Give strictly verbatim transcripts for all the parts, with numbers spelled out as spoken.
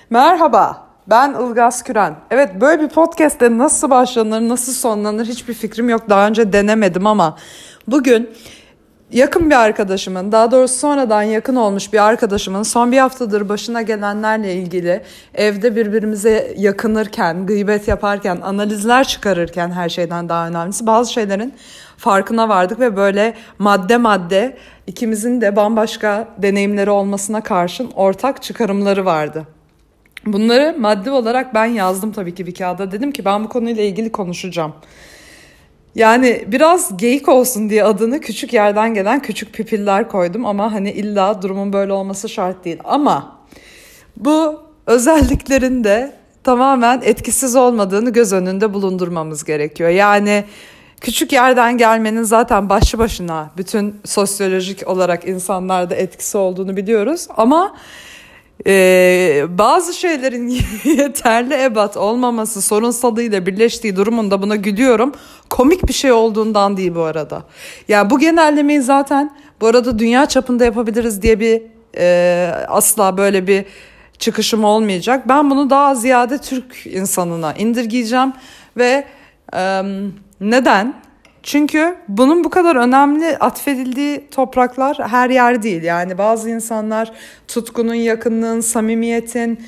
Merhaba, ben Ilgaz Küren. Evet, böyle bir podcast'te nasıl başlanır, nasıl sonlanır hiçbir fikrim yok. Daha önce denemedim ama bugün yakın bir arkadaşımın, daha doğrusu sonradan yakın olmuş bir arkadaşımın son bir haftadır başına gelenlerle ilgili evde birbirimize yakınırken, gıybet yaparken, analizler çıkarırken her şeyden daha önemlisi bazı şeylerin farkına vardık ve böyle madde madde ikimizin de bambaşka deneyimleri olmasına karşın ortak çıkarımları vardı. Bunları madde olarak ben yazdım tabii ki bir kağıda. Dedim ki ben bu konuyla ilgili konuşacağım. Yani biraz geyik olsun diye adını küçük yerden gelen küçük pipiller koydum. Ama hani illa durumun böyle olması şart değil. Ama bu özelliklerin de tamamen etkisiz olmadığını göz önünde bulundurmamız gerekiyor. Yani küçük yerden gelmenin zaten başlı başına bütün sosyolojik olarak insanlarda etkisi olduğunu biliyoruz. Ama Ee, bazı şeylerin yeterli ebat olmaması sorunsalıyla birleştiği durumunda buna gülüyorum. Komik bir şey olduğundan değil bu arada. Yani bu genellemeyi zaten bu arada dünya çapında yapabiliriz diye bir e, asla böyle bir çıkışım olmayacak. Ben bunu daha ziyade Türk insanına indirgeyeceğim ve e, neden? Çünkü bunun bu kadar önemli atfedildiği topraklar her yer değil. Yani bazı insanlar tutkunun, yakınlığın, samimiyetin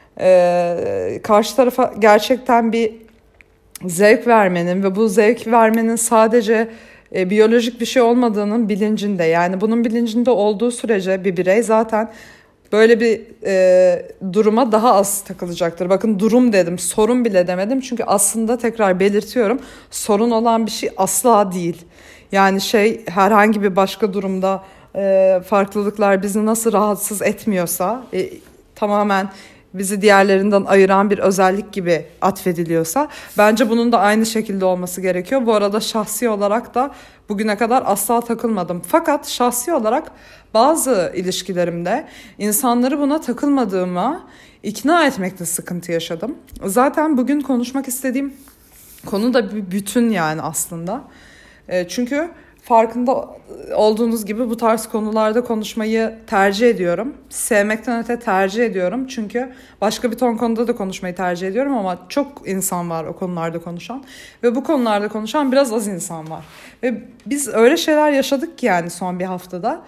e, karşı tarafa gerçekten bir zevk vermenin ve bu zevk vermenin sadece e, biyolojik bir şey olmadığının bilincinde. Yani bunun bilincinde olduğu sürece bir birey zaten böyle bir e, duruma daha az takılacaktır. Bakın durum dedim, sorun bile demedim. Çünkü aslında tekrar belirtiyorum, sorun olan bir şey asla değil. Yani şey herhangi bir başka durumda e, farklılıklar bizi nasıl rahatsız etmiyorsa, e, tamamen bizi diğerlerinden ayıran bir özellik gibi atfediliyorsa bence bunun da aynı şekilde olması gerekiyor. Bu arada şahsi olarak da bugüne kadar asla takılmadım. Fakat şahsi olarak bazı ilişkilerimde insanları buna takılmadığıma ikna etmekte sıkıntı yaşadım. Zaten bugün konuşmak istediğim konu da bir bütün yani aslında. E, çünkü farkında olduğunuz gibi bu tarz konularda konuşmayı tercih ediyorum. Sevmekten öte tercih ediyorum. Çünkü başka bir ton konuda da konuşmayı tercih ediyorum ama çok insan var o konularda konuşan. Ve bu konularda konuşan biraz az insan var. Ve biz öyle şeyler yaşadık ki yani son bir haftada.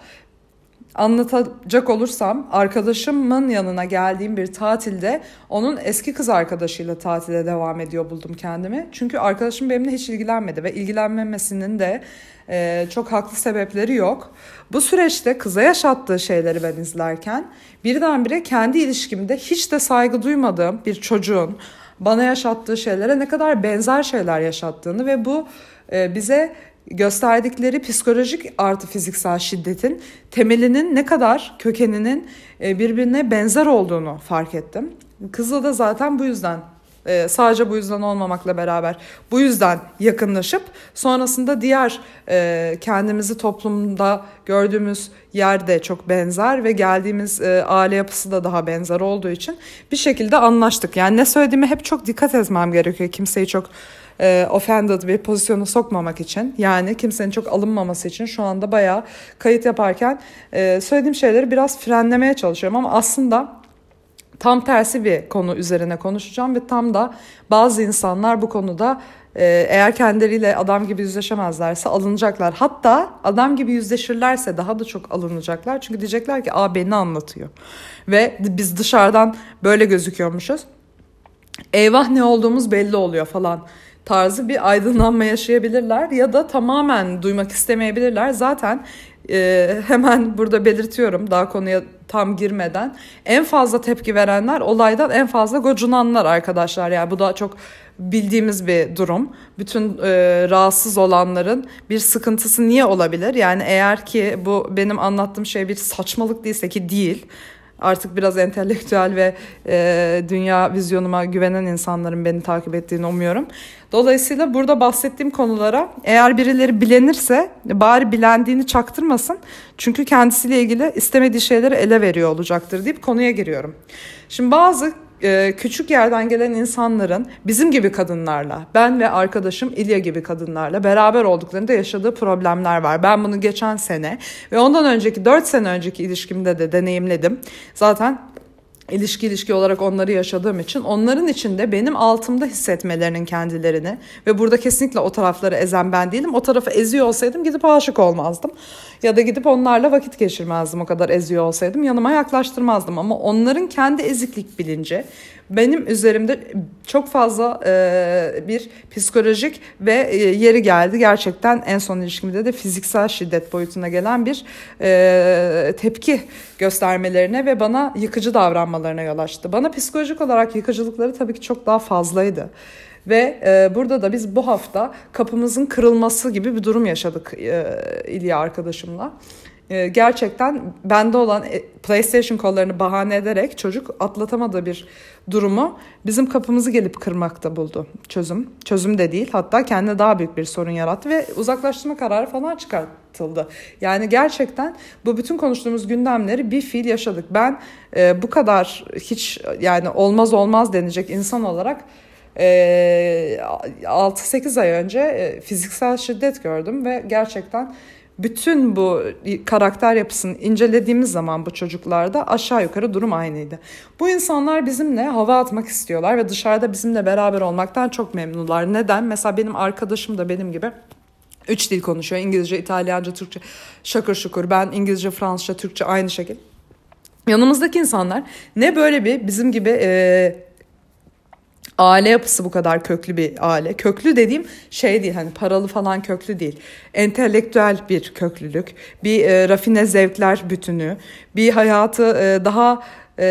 Anlatacak olursam arkadaşımın yanına geldiğim bir tatilde onun eski kız arkadaşıyla tatile devam ediyor buldum kendimi. Çünkü arkadaşım benimle hiç ilgilenmedi ve ilgilenmemesinin de e, çok haklı sebepleri yok. Bu süreçte kıza yaşattığı şeyleri ben izlerken birdenbire kendi ilişkimde hiç de saygı duymadığım bir çocuğun bana yaşattığı şeylere ne kadar benzer şeyler yaşattığını ve bu e, bize gösterdikleri psikolojik artı fiziksel şiddetin temelinin ne kadar kökeninin birbirine benzer olduğunu fark ettim. Kızla da zaten bu yüzden, sadece bu yüzden olmamakla beraber bu yüzden yakınlaşıp sonrasında diğer kendimizi toplumda gördüğümüz yerde çok benzer ve geldiğimiz aile yapısı da daha benzer olduğu için bir şekilde anlaştık. Yani ne söylediğime hep çok dikkat etmem gerekiyor. Kimseyi çok E, offended bir pozisyona sokmamak için, yani kimsenin çok alınmaması için şu anda bayağı kayıt yaparken e, söylediğim şeyleri biraz frenlemeye çalışıyorum ama aslında tam tersi bir konu üzerine konuşacağım ve tam da bazı insanlar bu konuda e, eğer kendileriyle adam gibi yüzleşemezlerse alınacaklar. Hatta adam gibi yüzleşirlerse daha da çok alınacaklar. Çünkü diyecekler ki aa beni anlatıyor ve biz dışarıdan böyle gözüküyormuşuz. Eyvah ne olduğumuz belli oluyor falan tarzı bir aydınlanma yaşayabilirler ya da tamamen duymak istemeyebilirler. Zaten e, hemen burada belirtiyorum daha konuya tam girmeden, en fazla tepki verenler olaydan en fazla gocunanlar arkadaşlar. Yani bu da çok bildiğimiz bir durum. Bütün e, rahatsız olanların bir sıkıntısı niye olabilir? Yani eğer ki bu benim anlattığım şey bir saçmalık değilse, ki değil. Artık biraz entelektüel ve e, dünya vizyonuma güvenen insanların beni takip ettiğini umuyorum. Dolayısıyla burada bahsettiğim konulara eğer birileri bilenirse bari bilendiğini çaktırmasın. Çünkü kendisiyle ilgili istemediği şeyleri ele veriyor olacaktır deyip konuya giriyorum. Şimdi bazı e, küçük yerden gelen insanların bizim gibi kadınlarla, ben ve arkadaşım İlya gibi kadınlarla beraber olduklarında yaşadığı problemler var. Ben bunu geçen sene ve ondan önceki dört sene önceki ilişkimde de deneyimledim. Zaten İlişki ilişki olarak onları yaşadığım için onların içinde benim altımda hissetmelerinin kendilerini ve burada kesinlikle o tarafları ezen ben değilim. O tarafı eziyor olsaydım gidip aşık olmazdım. Ya da gidip onlarla vakit geçirmezdim, o kadar eziyor olsaydım. Yanıma yaklaştırmazdım ama onların kendi eziklik bilinci benim üzerimde çok fazla e, bir psikolojik ve e, yeri geldi. Gerçekten en son ilişkimde de fiziksel şiddet boyutuna gelen bir e, tepki göstermelerine ve bana yıkıcı davranmalarına yol açtı. Bana psikolojik olarak yıkıcılıkları tabii ki çok daha fazlaydı. Ve e, burada da biz bu hafta kapımızın kırılması gibi bir durum yaşadık e, İlya arkadaşımla. E, gerçekten bende olan e, PlayStation kollarını bahane ederek çocuk atlatamadığı bir durumu bizim kapımızı gelip kırmakta buldu çözüm. Çözüm de değil, hatta kendine daha büyük bir sorun yarattı ve uzaklaştırma kararı falan çıkartıldı. Yani gerçekten bu bütün konuştuğumuz gündemleri bir fiil yaşadık. Ben e, bu kadar hiç yani olmaz olmaz denecek insan olarak altı sekiz ay önce fiziksel şiddet gördüm ve gerçekten bütün bu karakter yapısını incelediğimiz zaman bu çocuklarda aşağı yukarı durum aynıydı. Bu insanlar bizimle hava atmak istiyorlar ve dışarıda bizimle beraber olmaktan çok memnunlar. Neden? Mesela benim arkadaşım da benim gibi üç dil konuşuyor. İngilizce, İtalyanca, Türkçe, şakır şukur. Ben İngilizce, Fransızca, Türkçe aynı şekilde. Yanımızdaki insanlar ne böyle bir bizim gibi e, aile yapısı bu kadar köklü bir aile. Köklü dediğim şey değil, hani paralı falan köklü değil. Entelektüel bir köklülük, bir e, rafine zevkler bütünü, bir hayatı e, daha e,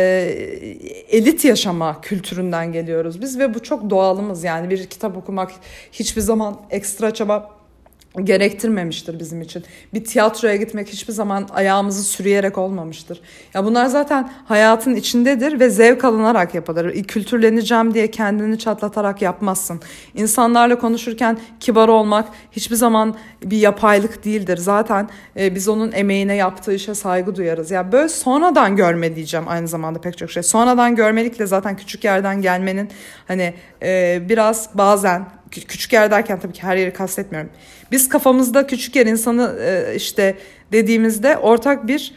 elit yaşama kültüründen geliyoruz biz ve bu çok doğalımız. Yani bir kitap okumak hiçbir zaman ekstra çaba gerektirmemiştir bizim için. Bir tiyatroya gitmek hiçbir zaman ayağımızı sürüyerek olmamıştır. Ya bunlar zaten hayatın içindedir ve zevk alınarak yapılır. Kültürleneceğim diye kendini çatlatarak yapmazsın. İnsanlarla konuşurken kibar olmak hiçbir zaman bir yapaylık değildir. Zaten e, biz onun emeğine, yaptığı işe saygı duyarız. Ya böyle sonradan görme diyeceğim aynı zamanda pek çok şey. Sonradan görmelikle zaten küçük yerden gelmenin hani e, biraz bazen küçük yer derken tabii ki her yeri kastetmiyorum. Biz kafamızda küçük yer insanı işte dediğimizde ortak bir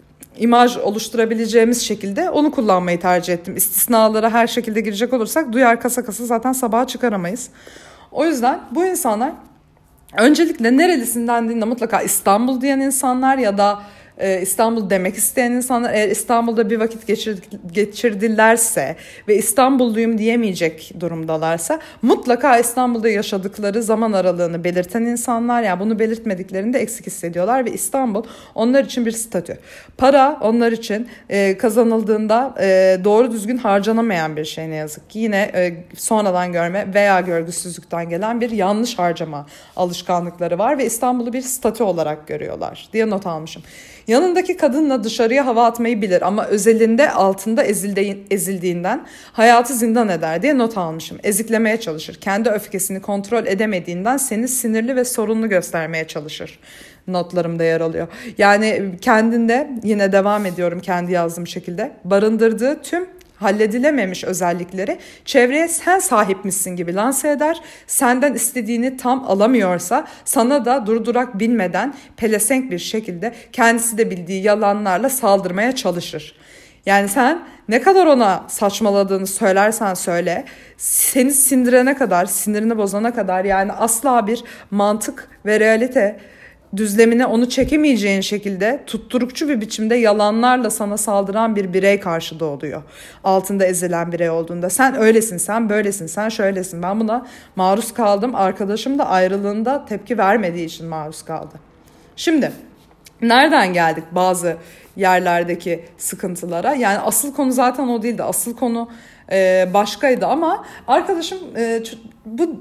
imaj oluşturabileceğimiz şekilde onu kullanmayı tercih ettim. İstisnalara her şekilde girecek olursak duyar kasa kasa zaten sabaha çıkaramayız. O yüzden bu insanlar öncelikle nerelisin dendiğinde mutlaka İstanbul diyen insanlar ya da Ee, İstanbul demek isteyen insanlar, eğer İstanbul'da bir vakit geçir, geçirdilerse ve İstanbulluyum diyemeyecek durumdalarsa mutlaka İstanbul'da yaşadıkları zaman aralığını belirten insanlar, yani bunu belirtmediklerinde eksik hissediyorlar ve İstanbul onlar için bir statü. Para onlar için e, kazanıldığında e, doğru düzgün harcanamayan bir şey ne yazık ki. Yine e, sonradan görme veya görgüsüzlükten gelen bir yanlış harcama alışkanlıkları var ve İstanbul'u bir statü olarak görüyorlar diye not almışım. Yanındaki kadınla dışarıya hava atmayı bilir ama özelinde altında ezildiğinden hayatı zindan eder diye not almışım. Eziklemeye çalışır. Kendi öfkesini kontrol edemediğinden seni sinirli ve sorunlu göstermeye çalışır. Notlarımda yer alıyor. Yani kendinde, yine devam ediyorum kendi yazdığım şekilde, barındırdığı tüm halledilememiş özellikleri çevreye sen sahipmişsin gibi lanse eder. Senden istediğini tam alamıyorsa sana da durdurak bilmeden pelesenk bir şekilde kendisi de bildiği yalanlarla saldırmaya çalışır. Yani sen ne kadar ona saçmaladığını söylersen söyle, seni sindirene kadar, sinirini bozana kadar, yani asla bir mantık ve realite düzlemine onu çekemeyeceğin şekilde tutturukçu bir biçimde yalanlarla sana saldıran bir birey karşıda oluyor. Altında ezilen birey olduğunda sen öylesin, sen böylesin, sen şöylesin. Ben buna maruz kaldım. Arkadaşım da ayrılığında tepki vermediği için maruz kaldı. Şimdi nereden geldik bazı yerlerdeki sıkıntılara? Yani asıl konu zaten o değildi. Asıl konu e, başkaydı ama arkadaşım e, bu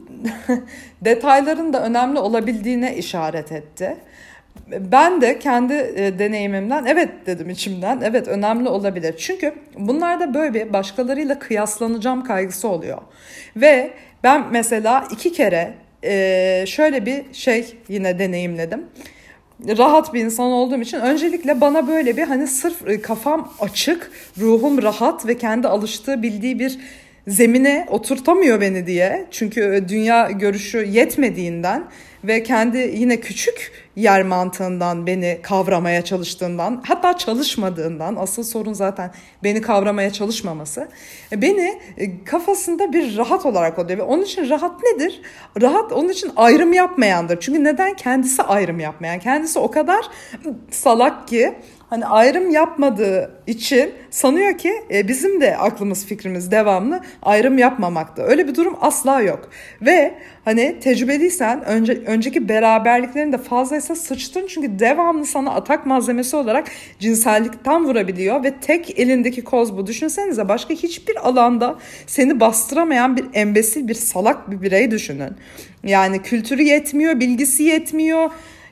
detayların da önemli olabildiğine işaret etti. Ben de kendi e, deneyimimden evet dedim içimden. Evet, önemli olabilir. Çünkü bunlarda böyle bir başkalarıyla kıyaslanacağım kaygısı oluyor. Ve ben mesela iki kere e, şöyle bir şey yine deneyimledim. Rahat bir insan olduğum için öncelikle bana böyle bir hani sırf kafam açık, ruhum rahat ve kendi alıştığı bildiği bir zemine oturtamıyor beni diye. Çünkü dünya görüşü yetmediğinden ve kendi yine küçük yer mantığından beni kavramaya çalıştığından, hatta çalışmadığından, asıl sorun zaten beni kavramaya çalışmaması, beni kafasında bir rahat olarak oluyor. Ve onun için rahat nedir? Rahat onun için ayrım yapmayandır. Çünkü neden? Kendisi ayrım yapmayan. Kendisi o kadar salak ki hani ayrım yapmadığı için sanıyor ki e, bizim de aklımız fikrimiz devamlı ayrım yapmamakta. Öyle bir durum asla yok. Ve hani tecrübeliysen önce, önceki beraberliklerin de fazlaysa sıçtın. Çünkü devamlı sana atak malzemesi olarak cinsellikten vurabiliyor. Ve tek elindeki koz bu. Düşünsenize başka hiçbir alanda seni bastıramayan bir embesil, bir salak bir birey düşünün. Yani kültürü yetmiyor, bilgisi yetmiyor,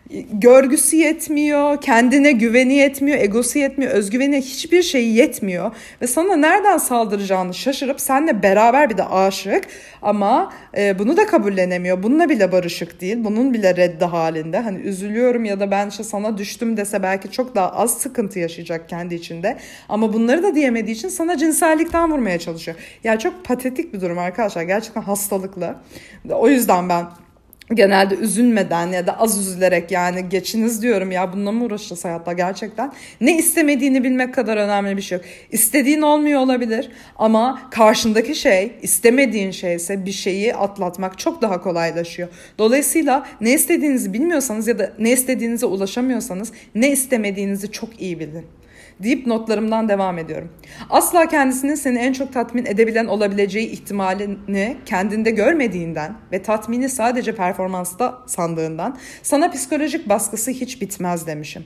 görgüsü yetmiyor, kendine güveni yetmiyor, egosu yetmiyor, özgüveni, hiçbir şeyi yetmiyor. Ve sana nereden saldıracağını şaşırıp seninle beraber bir de aşık ama e, bunu da kabullenemiyor. Bununla bile barışık değil, bunun bile reddi halinde. Hani üzülüyorum ya da ben işte sana düştüm dese belki çok daha az sıkıntı yaşayacak kendi içinde. Ama bunları da diyemediği için sana cinsellikten vurmaya çalışıyor. Yani çok patetik bir durum arkadaşlar. Gerçekten hastalıklı. O yüzden ben genelde üzülmeden ya da az üzülerek yani geçiniz diyorum ya, bununla mı uğraşacağız hayatta gerçekten? Ne istemediğini bilmek kadar önemli bir şey yok. İstediğin olmuyor olabilir ama karşındaki şey istemediğin şeyse bir şeyi atlatmak çok daha kolaylaşıyor. Dolayısıyla ne istediğinizi bilmiyorsanız ya da ne istediğinize ulaşamıyorsanız ne istemediğinizi çok iyi bilin deyip notlarımdan devam ediyorum. Asla kendisinin seni en çok tatmin edebilen olabileceği ihtimalini kendinde görmediğinden ve tatmini sadece performansta sandığından sana psikolojik baskısı hiç bitmez demişim.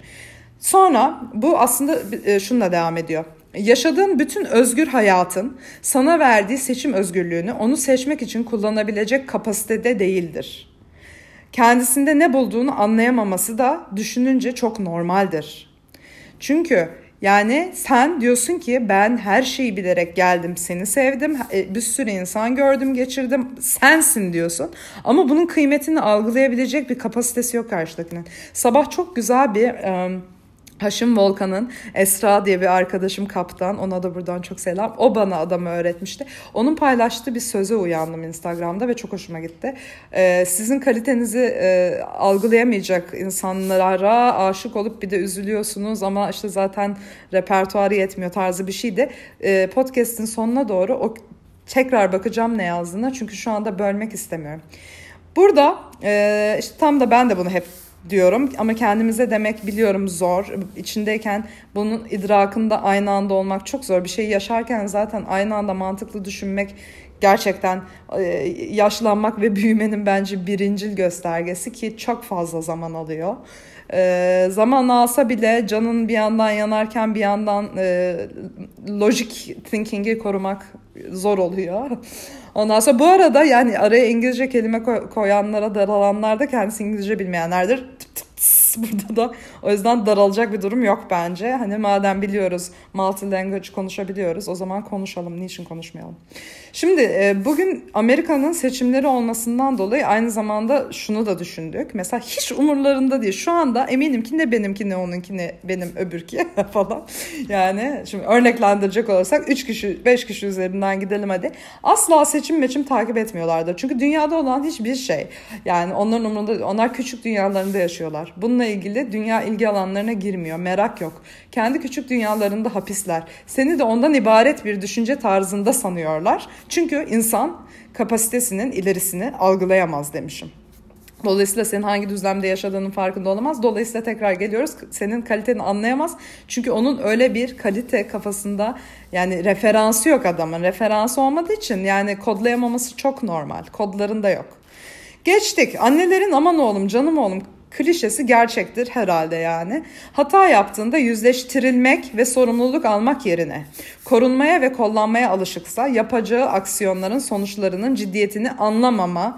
Sonra bu aslında şununla devam ediyor. Yaşadığın bütün özgür hayatın sana verdiği seçim özgürlüğünü onu seçmek için kullanabilecek kapasitede değildir. Kendisinde ne bulduğunu anlayamaması da düşününce çok normaldir. Çünkü yani sen diyorsun ki ben her şeyi bilerek geldim, seni sevdim, bir sürü insan gördüm, geçirdim, sensin diyorsun. Ama bunun kıymetini algılayabilecek bir kapasitesi yok karşıdakinin. Sabah çok güzel bir... Um, Haşim Volkan'ın Esra diye bir arkadaşım kaptan, ona da buradan çok selam. O bana adamı öğretmişti. Onun paylaştığı bir söze uyandım Instagram'da ve çok hoşuma gitti. Ee, sizin kalitenizi e, algılayamayacak insanlara aşık olup bir de üzülüyorsunuz ama işte zaten repertuarı yetmiyor tarzı bir şeydi. Ee, podcast'in sonuna doğru o tekrar bakacağım ne yazdığına, çünkü şu anda bölmek istemiyorum. Burada e, işte tam da ben de bunu hep diyorum ama kendimize demek biliyorum zor. İçindeyken bunun idrakında aynı anda olmak çok zor. Bir şeyi yaşarken zaten aynı anda mantıklı düşünmek gerçekten yaşlanmak ve büyümenin bence birincil göstergesi ki çok fazla zaman alıyor. Ee, zaman alsa bile canın bir yandan yanarken bir yandan e, logic thinking'i korumak zor oluyor. Ondan sonra bu arada yani araya İngilizce kelime koyanlara, daralanlar da kendisi İngilizce bilmeyenlerdir. Tıp tıp tıs, burada da o yüzden daralacak bir durum yok bence. Hani madem biliyoruz, multi language konuşabiliyoruz, o zaman konuşalım. Niçin konuşmayalım? Şimdi e, bugün Amerika'nın seçimleri olmasından dolayı aynı zamanda şunu da düşündük. Mesela hiç umurlarında değil. Şu anda eminim ki ne benimki ne onunki ne benim öbürki falan. Yani şimdi örneklendirecek olursak üç kişi beş kişi üzerinden gidelim hadi. Asla seçim meçim takip etmiyorlardır. Çünkü dünyada olan hiçbir şey, yani onların umurunda, onlar küçük dünyalarında yaşıyorlar. Bununla ilgili dünya ilgi alanlarına girmiyor. Merak yok. Kendi küçük dünyalarında hapisler. Seni de ondan ibaret bir düşünce tarzında sanıyorlar. Çünkü insan kapasitesinin ilerisini algılayamaz demişim. Dolayısıyla senin hangi düzlemde yaşadığının farkında olamaz. Dolayısıyla tekrar geliyoruz. Senin kaliteni anlayamaz. Çünkü onun öyle bir kalite kafasında, yani referansı yok adamın. Referansı olmadığı için yani kodlayamaması çok normal. Kodlarında yok. Geçtik. Annelerin aman oğlum, canım oğlum klişesi gerçektir herhalde yani. Hata yaptığında yüzleştirilmek ve sorumluluk almak yerine korunmaya ve kollanmaya alışıksa yapacağı aksiyonların sonuçlarının ciddiyetini anlamama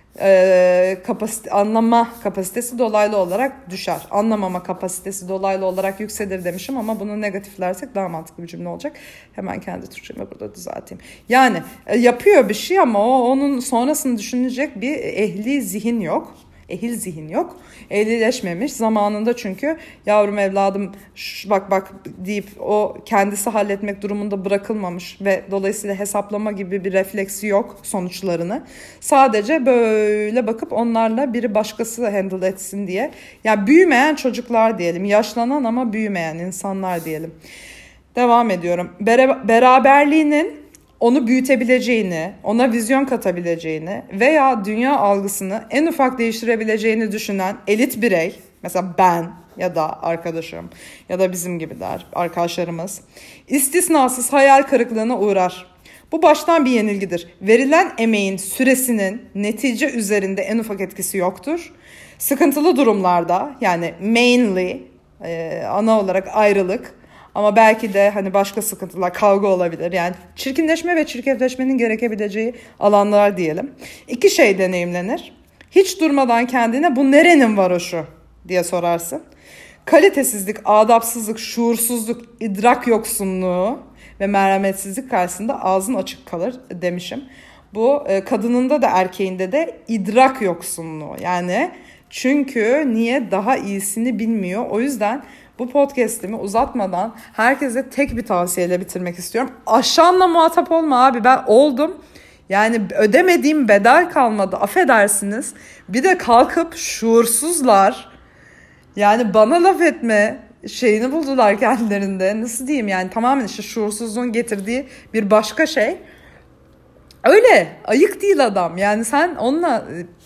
e, kapasite, anlama kapasitesi dolaylı olarak düşer. Anlamama kapasitesi dolaylı olarak yükselir demişim ama bunu negatiflersek daha mantıklı bir cümle olacak. Hemen kendi Türkçemi burada düzelteyim. Yani e, yapıyor bir şey ama o onun sonrasını düşünecek bir ehli zihin yok. Ehil zihin yok. Ehlileşmemiş. Zamanında çünkü yavrum evladım bak bak deyip o kendisi halletmek durumunda bırakılmamış ve dolayısıyla hesaplama gibi bir refleksi yok sonuçlarını. Sadece böyle bakıp onlarla biri başkası handle etsin diye. Yani büyümeyen çocuklar diyelim. Yaşlanan ama büyümeyen insanlar diyelim. Devam ediyorum. Bera- beraberliğinin onu büyütebileceğini, ona vizyon katabileceğini veya dünya algısını en ufak değiştirebileceğini düşünen elit birey, mesela ben ya da arkadaşım ya da bizim gibiler arkadaşlarımız, istisnasız hayal kırıklığına uğrar. Bu baştan bir yenilgidir. Verilen emeğin süresinin netice üzerinde en ufak etkisi yoktur. Sıkıntılı durumlarda, yani mainly e, ana olarak ayrılık, ama belki de hani başka sıkıntılar, kavga olabilir. Yani çirkinleşme ve çirkefleşmenin gerekebileceği alanlar diyelim. İki şey deneyimlenir. Hiç durmadan kendine bu nerenin varoşu diye sorarsın. Kalitesizlik, adapsızlık, şuursuzluk, idrak yoksunluğu ve merhametsizlik karşısında ağzın açık kalır demişim. Bu kadınında da erkeğinde de idrak yoksunluğu. Yani çünkü niye daha iyisini bilmiyor. O yüzden bu podcast'imi uzatmadan herkese tek bir tavsiyeyle bitirmek istiyorum. Aşağınla muhatap olma abi, ben oldum. Yani ödemediğim bedel kalmadı, affedersiniz. Bir de kalkıp şuursuzlar, yani bana laf etme şeyini buldular kendilerinde. Nasıl diyeyim, yani tamamen işte şuursuzluğun getirdiği bir başka şey. Öyle ayık değil adam, yani sen onunla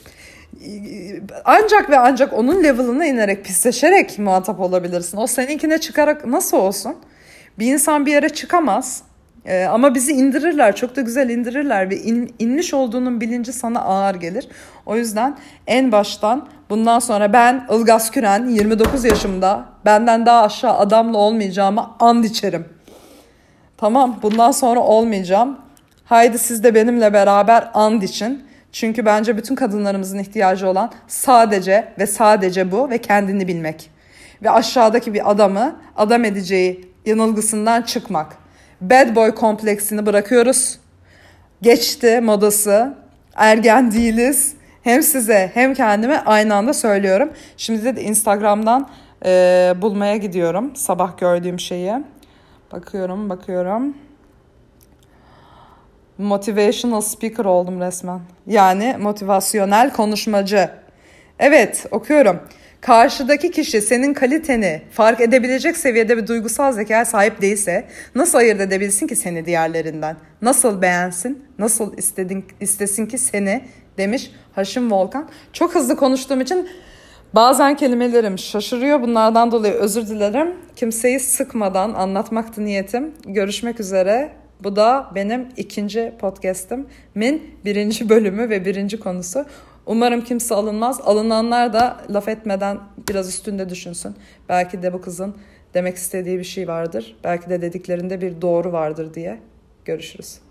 ancak ve ancak onun level'ına inerek, pisleşerek muhatap olabilirsin. O seninkine çıkarak nasıl olsun? Bir insan bir yere çıkamaz. Ee, ama bizi indirirler. Çok da güzel indirirler. Ve in, inmiş olduğunun bilinci sana ağır gelir. O yüzden en baştan bundan sonra ben Ilgaz Küren, yirmi dokuz yaşımda, benden daha aşağı adamla olmayacağıma and içerim. Tamam, bundan sonra olmayacağım. Haydi siz de benimle beraber and için. Çünkü bence bütün kadınlarımızın ihtiyacı olan sadece ve sadece bu ve kendini bilmek. Ve aşağıdaki bir adamı adam edeceği yanılgısından çıkmak. Bad boy kompleksini bırakıyoruz. Geçti modası. Ergen değiliz. Hem size hem kendime aynı anda söylüyorum. Şimdi de Instagram'dan e, bulmaya gidiyorum sabah gördüğüm şeyi. Bakıyorum, bakıyorum. Motivational speaker oldum resmen. Yani motivasyonel konuşmacı. Evet, okuyorum. Karşıdaki kişi senin kaliteni fark edebilecek seviyede bir duygusal zekaya sahip değilse nasıl ayırt edebilsin ki seni diğerlerinden? Nasıl beğensin? Nasıl istedin, istesin ki seni, demiş Haşim Volkan. Çok hızlı konuştuğum için bazen kelimelerim şaşırıyor. Bunlardan dolayı özür dilerim. Kimseyi sıkmadan anlatmaktı niyetim. Görüşmek üzere. Bu da benim ikinci podcast'imin birinci bölümü ve birinci konusu. Umarım kimse alınmaz. Alınanlar da laf etmeden biraz üstünde düşünsün. Belki de bu kızın demek istediği bir şey vardır. Belki de dediklerinde bir doğru vardır diye. Görüşürüz.